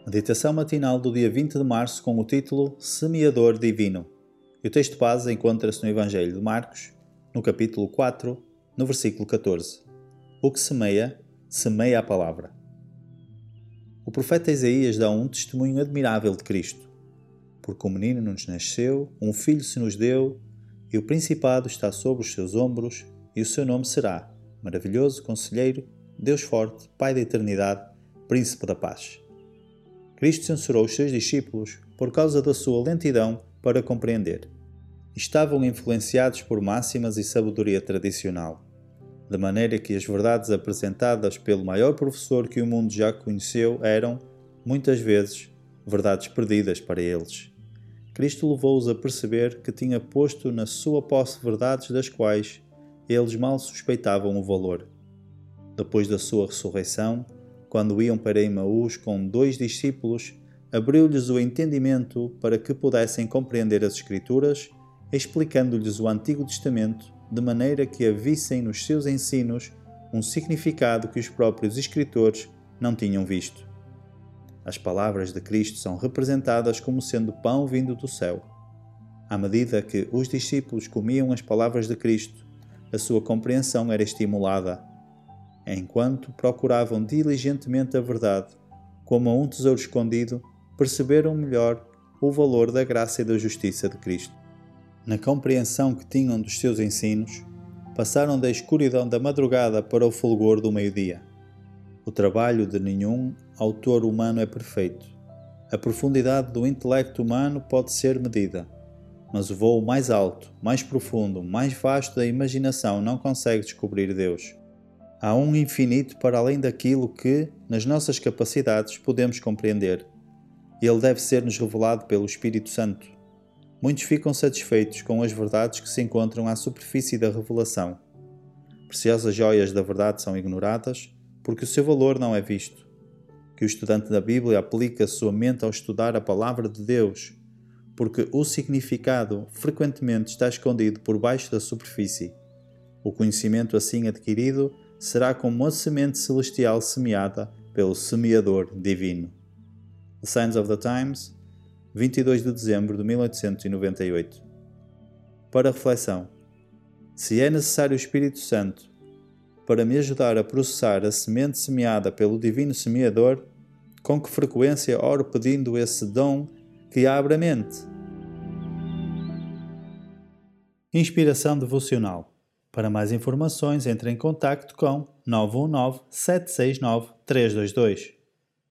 Meditação matinal do dia 20 de março com o título Semeador Divino. E o texto base encontra-se no Evangelho de Marcos, no capítulo 4, no versículo 14. O que semeia, semeia a palavra. O profeta Isaías dá um testemunho admirável de Cristo. Porque um menino nos nasceu, um filho se nos deu, e o principado está sobre os seus ombros, e o seu nome será Maravilhoso Conselheiro, Deus Forte, Pai da Eternidade, Príncipe da Paz. Cristo censurou os seus discípulos por causa da sua lentidão para compreender. Estavam influenciados por máximas e sabedoria tradicional, de maneira que as verdades apresentadas pelo maior professor que o mundo já conheceu eram, muitas vezes, verdades perdidas para eles. Cristo levou-os a perceber que tinha posto na sua posse verdades das quais eles mal suspeitavam o valor. Depois da sua ressurreição, quando iam para Emaús com 2 discípulos, abriu-lhes o entendimento para que pudessem compreender as Escrituras, explicando-lhes o Antigo Testamento, de maneira que vissem nos seus ensinos um significado que os próprios escritores não tinham visto. As palavras de Cristo são representadas como sendo pão vindo do céu. À medida que os discípulos comiam as palavras de Cristo, a sua compreensão era estimulada. Enquanto procuravam diligentemente a verdade, como a um tesouro escondido, perceberam melhor o valor da graça e da justiça de Cristo. Na compreensão que tinham dos seus ensinos, passaram da escuridão da madrugada para o fulgor do meio-dia. O trabalho de nenhum autor humano é perfeito. A profundidade do intelecto humano pode ser medida, mas o voo mais alto, mais profundo, mais vasto da imaginação não consegue descobrir Deus. Há um infinito para além daquilo que, nas nossas capacidades, podemos compreender. Ele deve ser-nos revelado pelo Espírito Santo. Muitos ficam satisfeitos com as verdades que se encontram à superfície da revelação. Preciosas joias da verdade são ignoradas, porque o seu valor não é visto. Que o estudante da Bíblia aplique a sua mente ao estudar a Palavra de Deus, porque o significado frequentemente está escondido por baixo da superfície. O conhecimento assim adquirido será como a semente celestial semeada pelo semeador divino. The Signs of the Times, 22 de dezembro de 1898. Para reflexão: se é necessário o Espírito Santo para me ajudar a processar a semente semeada pelo divino semeador, com que frequência oro pedindo esse dom que abre a mente? Inspiração devocional. Para mais informações, entre em contacto com 919 769 322.